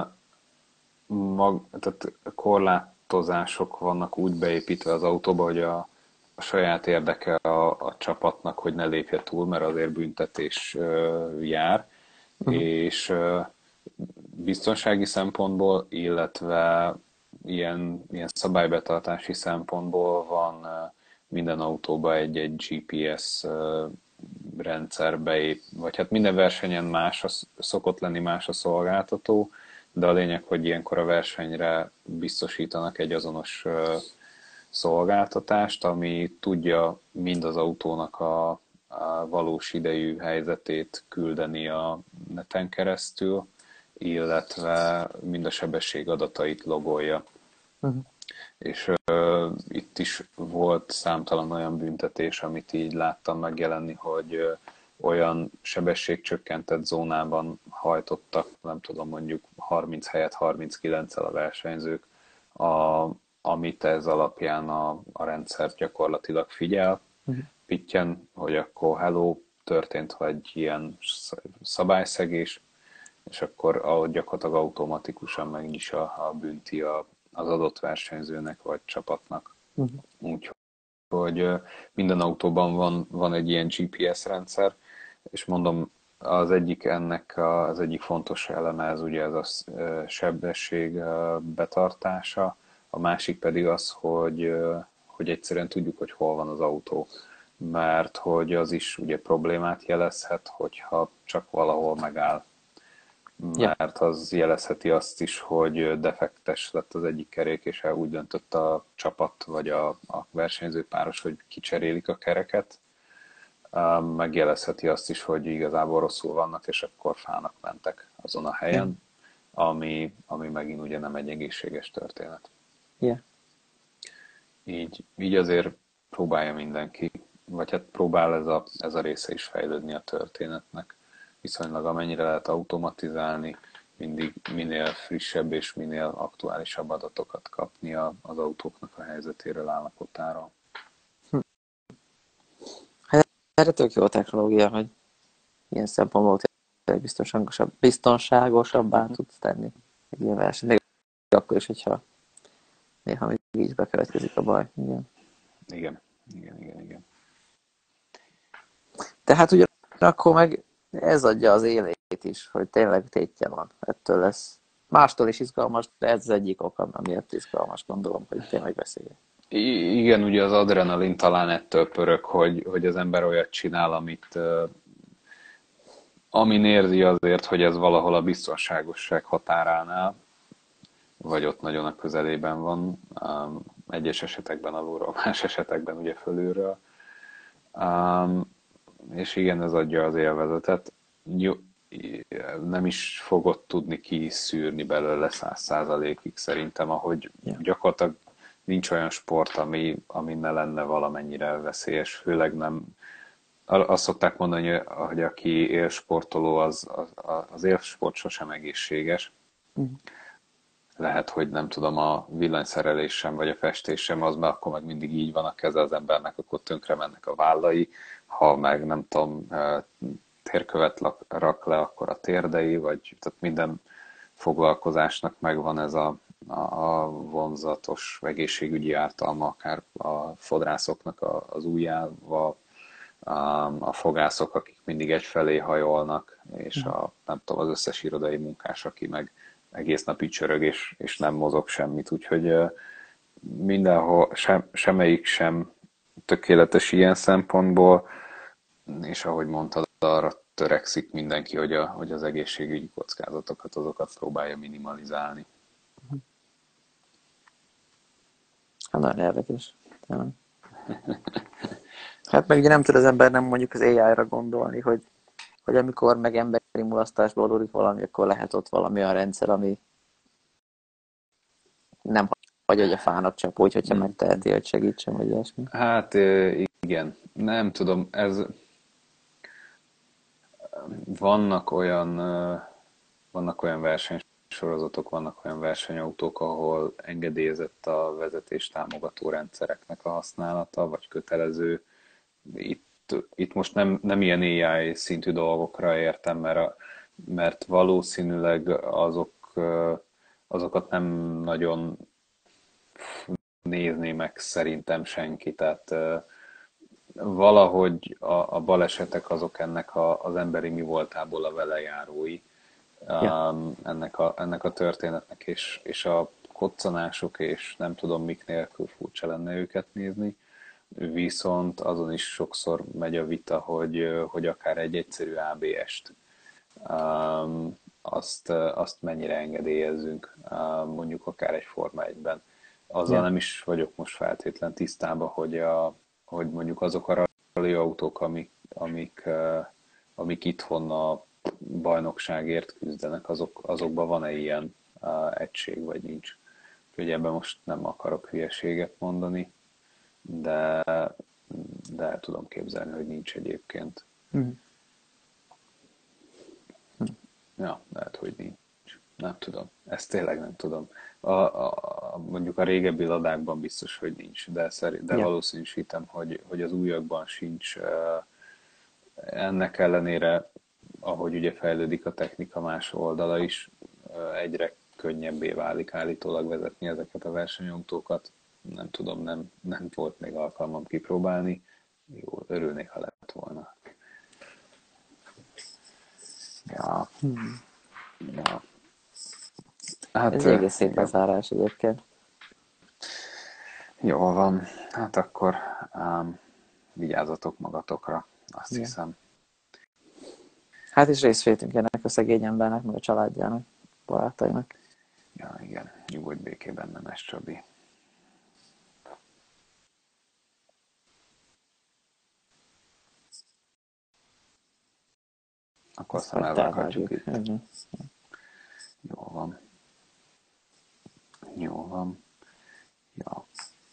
mag, tehát korlátozások vannak úgy beépítve az autóba, hogy a, a saját érdeke a, a csapatnak, hogy ne lépje túl, mert azért büntetés uh, jár, uh-huh. és uh, biztonsági szempontból, illetve ilyen, ilyen szabálybetartási szempontból van uh, minden autóba egy-egy gé pé es uh, rendszer beép, vagy hát minden versenyen más, a, szokott lenni más a szolgáltató, de a lényeg, hogy ilyenkor a versenyre biztosítanak egy azonos szolgáltatást, ami tudja mind az autónak a, a valós idejű helyzetét küldeni a neten keresztül, illetve mind a sebesség adatait logolja. Uh-huh. És uh, itt is volt számtalan olyan büntetés, amit így láttam megjelenni, hogy uh, olyan sebességcsökkentett zónában hajtottak, nem tudom, mondjuk harminc helyett harminckilenccel a versenyzők, a, amit ez alapján a, a rendszer gyakorlatilag figyel, uh-huh. Pittyen, hogy akkor hello, történt vagy ilyen szabályszegés, és akkor ahogy gyakorlatilag automatikusan megnyis a, a bünti a, az adott versenyzőnek vagy csapatnak. Uh-huh. Úgyhogy minden autóban van, van egy ilyen gé pé es rendszer, és mondom, az egyik ennek a, az egyik fontos eleme ez ugye ez a sebesség betartása, a másik pedig az, hogy, hogy egyszerűen tudjuk, hogy hol van az autó, mert hogy az is ugye problémát jelezhet, hogyha csak valahol megáll, Ja. mert az jelezheti azt is, hogy defektes lett az egyik kerék, és úgy döntött a csapat vagy a, a versenyzőpáros, hogy kicserélik a kereket, megjelezheti azt is, hogy igazából rosszul vannak, és akkor fának mentek azon a helyen, Ja. ami, ami megint ugye nem egy egészséges történet. Ja. Így, így azért próbálja mindenki, vagy hát próbál ez a, ez a része is fejlődni a történetnek. Viszonylag amennyire lehet automatizálni, mindig minél frissebb és minél aktuálisabb adatokat kapni az autóknak a helyzetéről, állapotáról. Hát erre tök jó a technológia, hogy ilyen szempontból tényleg biztonságosabb, biztonságosabbá tudsz tenni egy ilyen versenyt. Még akkor is, hogyha néha még így bekövetkezik a baj. Igen. Igen, igen, igen, igen. Tehát ugyanakkor meg ez adja az élét is, hogy tényleg tétje van. Ettől lesz mástól is izgalmas, de ez az egyik ok, amiért izgalmas, gondolom, hogy tényleg beszélj. Igen, ugye az adrenalin talán ettől pörög, hogy, hogy az ember olyat csinál, amit amin érzi azért, hogy ez valahol a biztonságosság határánál, vagy ott nagyon a közelében van, egyes esetekben alulról, más esetekben ugye fölülről. És igen, ez adja az élvezetet. Nem is fogod tudni kiszűrni belőle száz százalékig szerintem, ahogy gyakorlatilag nincs olyan sport, ami, ami ne lenne valamennyire veszélyes, főleg nem. Azt szokták mondani, hogy aki élsportoló, az, az, az élsport sosem egészséges. Uh-huh. Lehet, hogy nem tudom, a villanyszerelés sem, vagy a festés sem, az mert akkor meg mindig így van a keze az embernek, akkor tönkre mennek a vállai, ha meg nem tudom, térkövet rak le, akkor a térdei, vagy tehát minden foglalkozásnak megvan ez a, a, a vonzatos egészségügyi ártalma, akár a fodrászoknak a, az ujjával, a fogászok, akik mindig egyfelé hajolnak, és a, nem tudom, az összes irodai munkás, aki meg egész nap csörög, és, és nem mozog semmit. Úgyhogy mindenhol, sem, semmelyik sem tökéletes ilyen szempontból, és ahogy mondtad, arra törekszik mindenki, hogy, a, hogy az egészségügyi kockázatokat, azokat próbálja minimalizálni. Hát nagyon érdekes. Hát meg ugye nem tud az ember nem mondjuk az á í-ra gondolni, hogy, hogy amikor meg emberi mulasztásból adódik valami, akkor lehet ott valami olyan rendszer, ami nem hagy, hogy a fának csap úgy, hogyha megteheti, hogy segítsen, vagy ilyesmi. Hát igen, nem tudom, ez vannak olyan vannak olyan versenysorozatok, vannak olyan versenyautók, ahol engedélyezett a vezetés támogató rendszereknek a használata, vagy kötelező. Itt, itt most nem, nem ilyen á i szintű dolgokra értem, mert, a, mert valószínűleg azok, azokat nem nagyon nézné meg szerintem senki. Tehát valahogy a, a balesetek azok ennek a, az emberi mi voltából a velejárói ja. ennek, a, ennek a történetnek, és, és a koccanások, és nem tudom mik nélkül furcsa lenne őket nézni, viszont azon is sokszor megy a vita, hogy, hogy akár egy egyszerű á bé est um, azt, azt mennyire engedélyezzünk, um, mondjuk akár egy Forma egyben. Azzal ja. nem is vagyok most feltétlen tisztában, hogy, a, hogy mondjuk azok a rally autók, amik, amik, uh, amik itthon a bajnokságért küzdenek, azok, azokban van-e ilyen uh, egység, vagy nincs. Úgyhogy ebben most nem akarok hülyeséget mondani, de, de el tudom képzelni, hogy nincs egyébként. Mm. Ja, lehet, hogy nincs. Nem tudom. Ezt tényleg nem tudom. A, a, mondjuk a régebbi ladákban biztos, hogy nincs, de, szerint, de ja. valószínűsítem, hogy, hogy az újakban sincs. Ennek ellenére, ahogy ugye fejlődik a technika más oldala is, egyre könnyebbé válik állítólag vezetni ezeket a versenyautókat. Nem tudom, nem, nem volt még alkalmam kipróbálni. Jó, örülnék, ha lett volna. Ja. Hmm. Ja. Hát, Ez egész szép igen. lezárás egyébként. Jól van. Hát akkor um, vigyázzatok magatokra, azt Igen. hiszem. Hát is részt vettünk ennek a szegény embernek, meg a családjának, barátainak. Ja, igen. Nyugodj békében, Nemes Csabi. Akkor Ezt aztán majd elvághatjuk elvágjuk. itt. Mhm. Jó van. Jó van. Ja.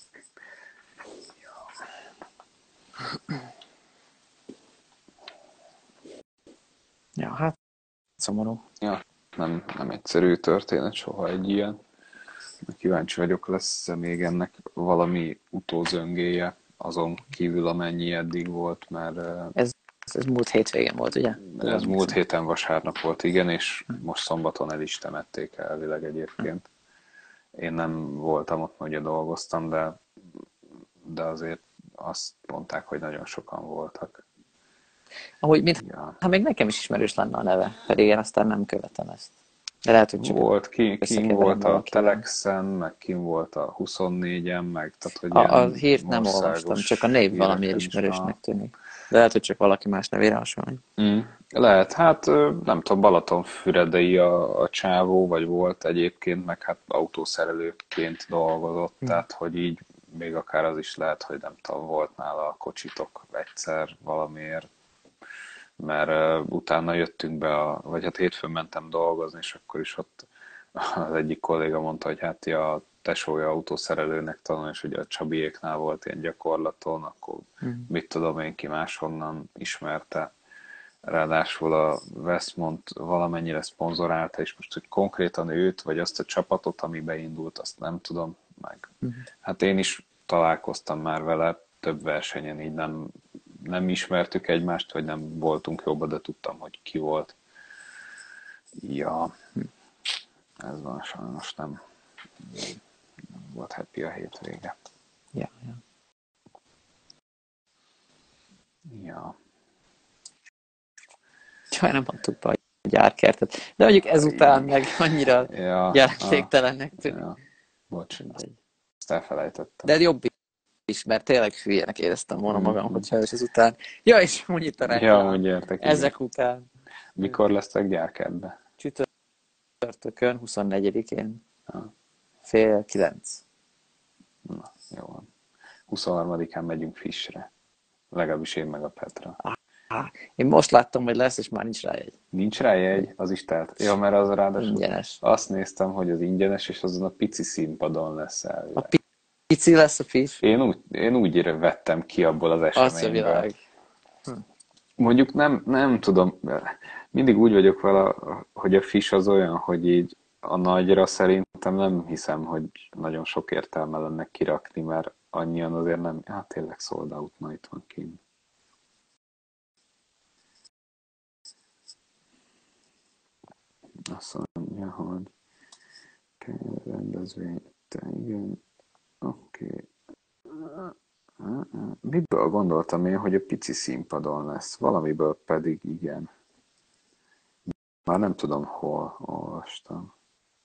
Ja, hát szomorú. Ja, nem, nem egyszerű történet soha egy ilyen. Kíváncsi vagyok, lesz még ennek valami utózöngéje, azon kívül amennyi eddig volt, mert Ez, ez múlt hétvégén volt, ugye? ez múlt héten vasárnap volt, igen, és most szombaton el is temették elvileg egyébként. Én nem voltam ott, ugye dolgoztam, de, de azért azt mondták, hogy nagyon sokan voltak. Ahogy, mint Ja. ha még nekem is ismerős lenne a neve, pedig én aztán nem követem ezt. De lehet, hogy csak Volt, ki, kim volt a valakivel. Telexen, meg kim volt a huszonnégyen, meg tehát, hogy A, a ilyen hírt nem olvastam, csak a név valamiért ismerősnek tűnik. De lehet, hogy csak valaki más nevére hasonlít. Mm, lehet, hát nem tudom, Balatonfüredei a, a csávó, vagy volt egyébként, meg hát autószerelőként dolgozott, mm. tehát hogy így még akár az is lehet, hogy nem tudom, volt nála a kocsitok egyszer valamiért, mert uh, utána jöttünk be, a, vagy hát hétfőn mentem dolgozni, és akkor is ott az egyik kolléga mondta, hogy hát ja, a tesója autószerelőnek tanul, és ugye a Csabiéknál volt ilyen gyakorlaton, akkor mm. mit tudom én ki máshonnan ismerte. Ráadásul a Westmont valamennyire szponzorálta, és most, hogy konkrétan őt, vagy azt a csapatot, ami beindult, azt nem tudom meg. Uh-huh. Hát én is találkoztam már vele több versenyen, így nem, nem ismertük egymást, vagy nem voltunk jobban, de tudtam, hogy ki volt. Ja, ez van, sajnos nem, nem volt happy a hétvége. Ja, ja. Ja. Jaj, nem adtuk be a gyárkertet. De mondjuk ezután meg annyira ja, jelentéktelennek tűnik. Ja. Bocs, ezt elfelejtettem. De jobb is, mert tényleg hülyének éreztem volna magam, mm-hmm. hogyha és ezután. Ja, és mondjuk a reklám. Ja, ezek igen. Után. Mikor lesztek gyárkertbe? Csütörtökön, huszonnegyedikén. Ha. Fél kilenc. Na, jó van. huszonharmadikán megyünk Fishre. Legalábbis én meg a Petra. Ah, én most láttam, hogy lesz, és már nincs rá jegy. Nincs rá jegy? Az is telt. Ja, mert az ráadásul ingyenes. Azt néztem, hogy az ingyenes, és azon a pici színpadon lesz elvileg. A pici lesz a Fish? Én úgy, én úgy vettem ki abból az eseményből. Az hm. Mondjuk nem, nem tudom, mindig úgy vagyok vele, hogy a Fish az olyan, hogy így a nagyra szerintem nem hiszem, hogy nagyon sok értelme lenne kirakni, mert annyian azért nem, hát tényleg sold out, na itt van kint. Azt mondja, hogy rendezvény, te igen, oké. Okay. Miből gondoltam én, hogy a pici színpadon lesz? Valamiből pedig igen. Már nem tudom, hol olvastam.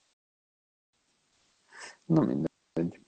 Na mindegy.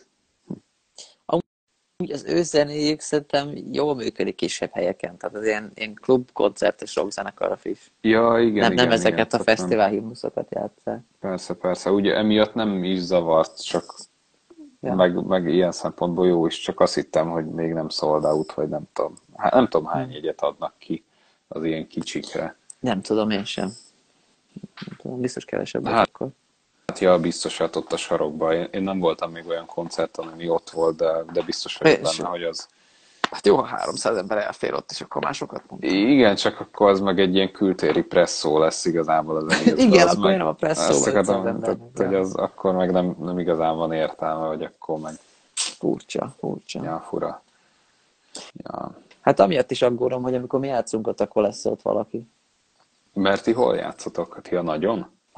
Úgy az őszenéjük szerintem jól működik kisebb helyeken, tehát az ilyen, ilyen klub, koncertes rockzenekar a Fish. Ja, igen, nem, igen. Nem ezeket igen, a fesztivál himnuszokat játsszák. Persze, persze. Ugye emiatt nem is zavart, csak ja. meg, meg ilyen szempontból jó is, csak azt hittem, hogy még nem sold out, vagy nem tudom. Hát nem tudom, hány jegyet adnak ki az ilyen kicsikre. Nem tudom, én sem. Nem tudom, biztos kevesebb hát, akkor. Hát ja, biztos, hát ott a sarokban. Én, én nem voltam még olyan koncerten, ami ott volt, de, de biztos vagyok benne, hogy az... Hát jó, ha háromszáz ember elfér ott, és akkor másokat mondtam. Igen, csak akkor az meg egy ilyen kültéri presszó lesz igazából az egész. Igen, az akkor meg, nem a presszó vagy tehát, hogy az akkor meg nem, nem igazán van értelme, hogy akkor meg... Furcsa, furcsa. Ja, fura. Ja. Hát amiatt is aggódom, hogy amikor mi játszunk ott, akkor lesz ott valaki. Mert ti hol játszotok? Ti a nagyon?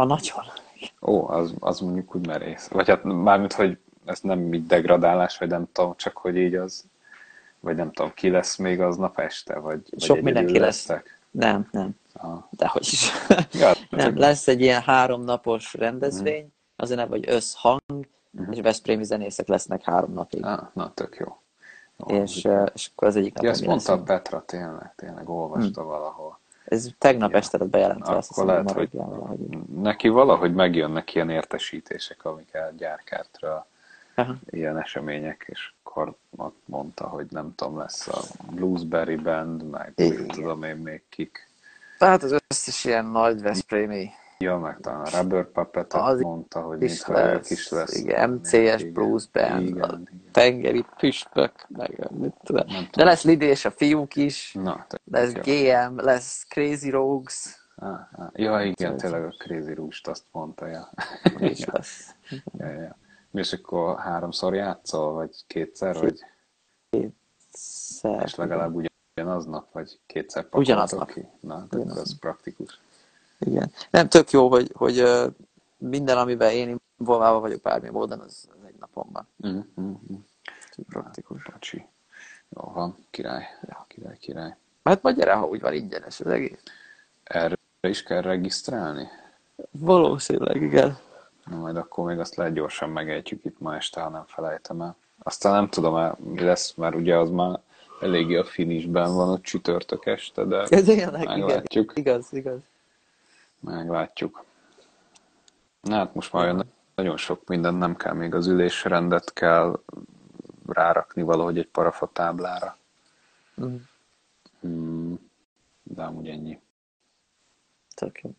Ha nagyon. Ó, az, az mondjuk úgy merész. Vagy hát mármint, hogy ez nem így degradálás, vagy nem tudom, csak hogy így az, vagy nem tudom, ki lesz még aznap este, vagy, vagy Sok egyedül mindenki lesz. lesztek? Nem, nem. Aha. Dehogy is. Ja, Nem, tök. lesz egy ilyen háromnapos Mhm. rendezvény, az a neve, hogy Összhang, Mhm. és veszprémi zenészek lesznek három napig. Ah, na, tök jó. Jó És, hangzik. eh, és akkor az egyik Ja, napon ezt mi mondta a leszünk. Petra, tényleg, tényleg Hm. olvasta valahol. Ez tegnap Ja. este lett bejelentve, azt Akkor hiszem, hogy lehet, ma hogy reggel valahogy. neki valahogy megjönnek ilyen értesítések, amiket gyárkártra, Aha. ilyen események, és akkor ott mondta, hogy nem tudom, lesz a Bluesberry Band, meg Igen. mit tudom én még kik. Tehát az összes ilyen nagy veszprémi Ja, meg talán a Rubber Puppetet az mondta, hogy is mintha ők is lesz, lesznek. igen, em cé es Blues Band, igen, a igen. tengeri püspök, meg mit tudom. Nem De tudom. lesz Lidi és a fiúk is, Na, tök lesz jó. gé em, lesz Crazy Rogues, Ah, ah. Ja, igen, Úgyhogy- tényleg a Crazy Rúst azt mondta, ja. is ja, lesz. ja, ja. És akkor háromszor játszol, vagy kétszer, vagy Szer, és legalább ugyanaznap, vagy kétszer Ugyanaznap. pakoltok ki? Na, de Ugyanaznap. az praktikus. Igen. Nem, tök jó, hogy, hogy ö, minden, amiben én involválva vagyok bármilyen módon, az, az egy napomban. Mm, mm, mm. Úgyhogy praktikus. Bocsi. Jó van, király. Ja, király, király. Hát majd gyere, ha úgy van ingyenes az egész. Erre is kell regisztrálni? Valószínűleg, igen. Na, majd akkor még azt lehet gyorsan megejtjük itt ma este, ha nem felejtem el. Aztán nem tudom el, mi lesz, mert ugye az már eléggé a finishben van ott csütörtök este, de Ez tényleg, igen. meglátjuk. Igaz, igaz. Meglátjuk. Na hát most már olyan nagyon sok minden nem kell, még az ülésrendet kell rárakni valahogy egy parafatáblára. Mm. Hmm, de amúgy ennyi. Tök jó.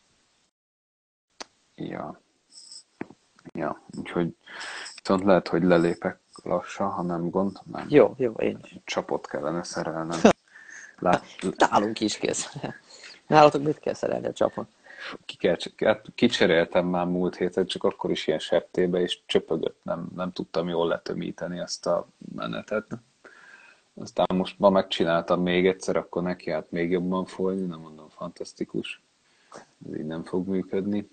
Ja. Ja, úgyhogy viszont lehet, hogy lelépek lassan, ha nem gond. Nem. Jó, jó, én is. Csapot kellene szerelnem. Lát, Nálunk is kész. Nálatok mit kell szerelni a csapon? ki kell, hát kicseréltem már múlt héten, csak akkor is ilyen septébe, és csöpögött, nem, nem tudtam jól letömíteni ezt a menetet. Aztán most ma megcsináltam még egyszer, akkor neki hát még jobban folyni, nem mondom, fantasztikus. Ez így nem fog működni.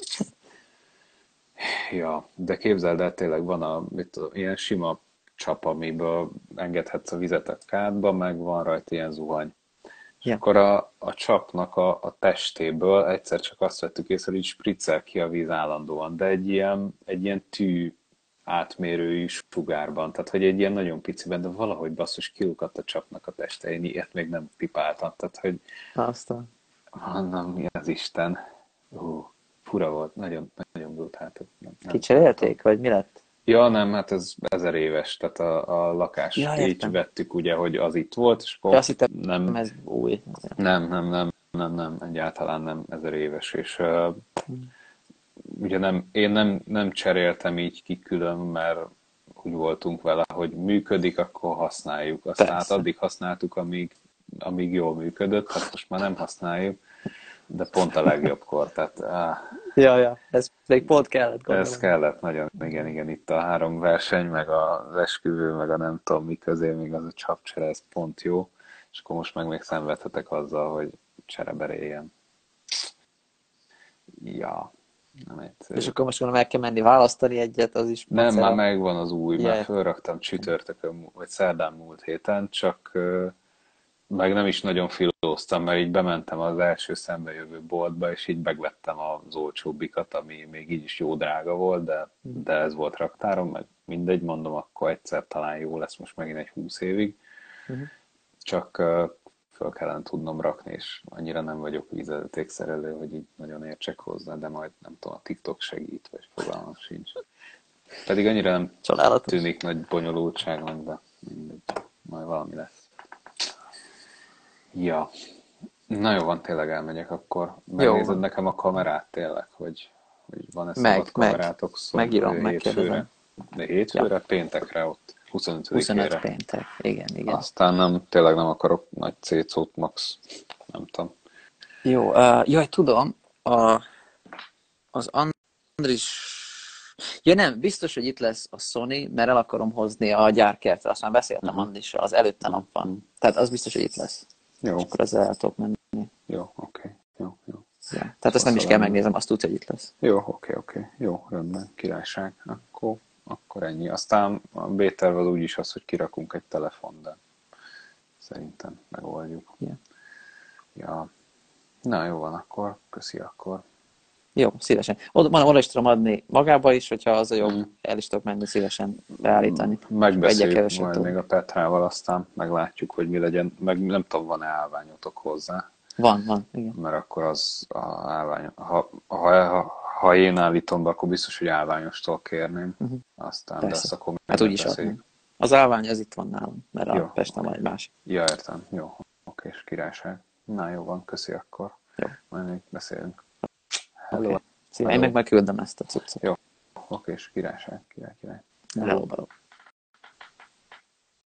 Ja, de képzeld el, tényleg van a, mit tudom, ilyen sima csap, amiből engedhetsz a vizet a kádba, meg van rajta ilyen zuhany. És Ja. akkor a, a csapnak a, a testéből egyszer csak azt vettük észre, hogy spriccel ki a víz állandóan, de egy ilyen, egy ilyen tű átmérőjű sugárban, tehát hogy egy ilyen nagyon piciben, de valahogy basszus kiukadt a csapnak a teste, én ilyet még nem pipáltam, tehát hogy Aztán. mondom, mi az Isten, Hú, fura volt, nagyon, nagyon brutál. Nem, nem Kicserélték, vagy mi lett? Ja, nem, hát ez ezer éves, tehát a, a lakás Ja, így értem. vettük, ugye, hogy az itt volt, és akkor Ja, azt hittem, nem, ez új. nem, nem, nem, nem, nem, egyáltalán nem ezer éves, és uh, ugye nem, én nem, nem cseréltem így ki külön, mert úgy voltunk vele, hogy működik, akkor használjuk. Aztán hát Persze. addig használtuk, amíg, amíg jól működött, hát most már nem használjuk, de pont a legjobbkor, tehát áh, Ja, ja, ez még pont kellett gondolom. ez kellett nagyon, igen, igen, itt a három verseny, meg az esküvő, meg a nem tudom mi közé, még az a csapcsere, ez pont jó, és akkor most meg még szenvedhetek azzal, hogy csereberéljen. Ja, nem egyszerű. És akkor most gondolom el kell menni választani egyet, az is Nem, macera. már megvan az új, Yeah. már fölraktam csütörtökön, vagy szerdán múlt héten, csak ö, meg nem is nagyon filóztam, mert így bementem az első szembejövő boltba, és így megvettem az olcsóbbikat, ami még így is jó drága volt, de, de ez volt raktárom, meg mindegy, mondom, akkor egyszer talán jó lesz most megint egy húsz évig. Uh-huh. Csak ö, föl kellene tudnom rakni, és annyira nem vagyok vízvezetékszerelő, hogy így nagyon értsek hozzá, de majd nem tudom, a TikTok segít, vagy fogalmam sincs. Pedig annyira nem Csodálatos. tűnik nagy bonyolultságnak, de mindegy, majd valami lesz. Ja. Na jó, van, tényleg elmegyek, akkor megnézed van. nekem a kamerát tényleg, hogy, hogy van-e Meg, szabad meg. kamerátok szóval Megírom, hétfőre. megkérdezem. De hétfőre, péntekre ott, huszonötödikére. huszonöt péntek, igen, igen. Aztán nem, tényleg nem akarok nagy cécót, max, nem tudom. Jó, uh, jaj, tudom, a, az Andris... Ja nem, biztos, hogy itt lesz a Sony, mert el akarom hozni a gyárkertre, azt már beszéltem Uh-huh. Andrissal, az előtte napban. Uh-huh. Tehát az biztos, hogy itt lesz. Jó, És akkor ezzel el tudok menni. jó, oké, jó, jó. Ja. Tehát ezt nem fasza is kell lenne. megnézem, azt tudja, hogy itt lesz. Jó, oké, oké. Jó, rendben, királyság. Akkor, akkor ennyi. Aztán a B-terv az úgyis az, hogy kirakunk egy telefon, de szerintem megoldjuk. Ja. Ja. Na jó van, akkor köszi akkor. Jó, szívesen. Oda, mondom, oda is tudom adni magába is, hogyha az a jobb, Mm. el is tudok menni szívesen beállítani. Egyre Megbeszéljük keveset majd tudom. még a Petrával, aztán meglátjuk, hogy mi legyen. Meg nem tudom, van-e állványotok hozzá. Van, van, igen. Mert akkor az a állvány, ha, ha, ha, ha én állítom be, akkor biztos, hogy állványostól kérném. Uh-huh. Aztán, Persze. de ezt akkor Hát még úgy is beszéljük. adnám. Az állvány az itt van nálam, mert a Jó. Pesten van egy másik. Ja, értem. Jó. Oké, és királyság. Na jó van, köszi akkor. Jó. Majd még beszélünk. Oké. Hello. Szia, én meg megküldöm ezt a cuccot. Jó. Oké, és királyság. Király, király. Hello, hello.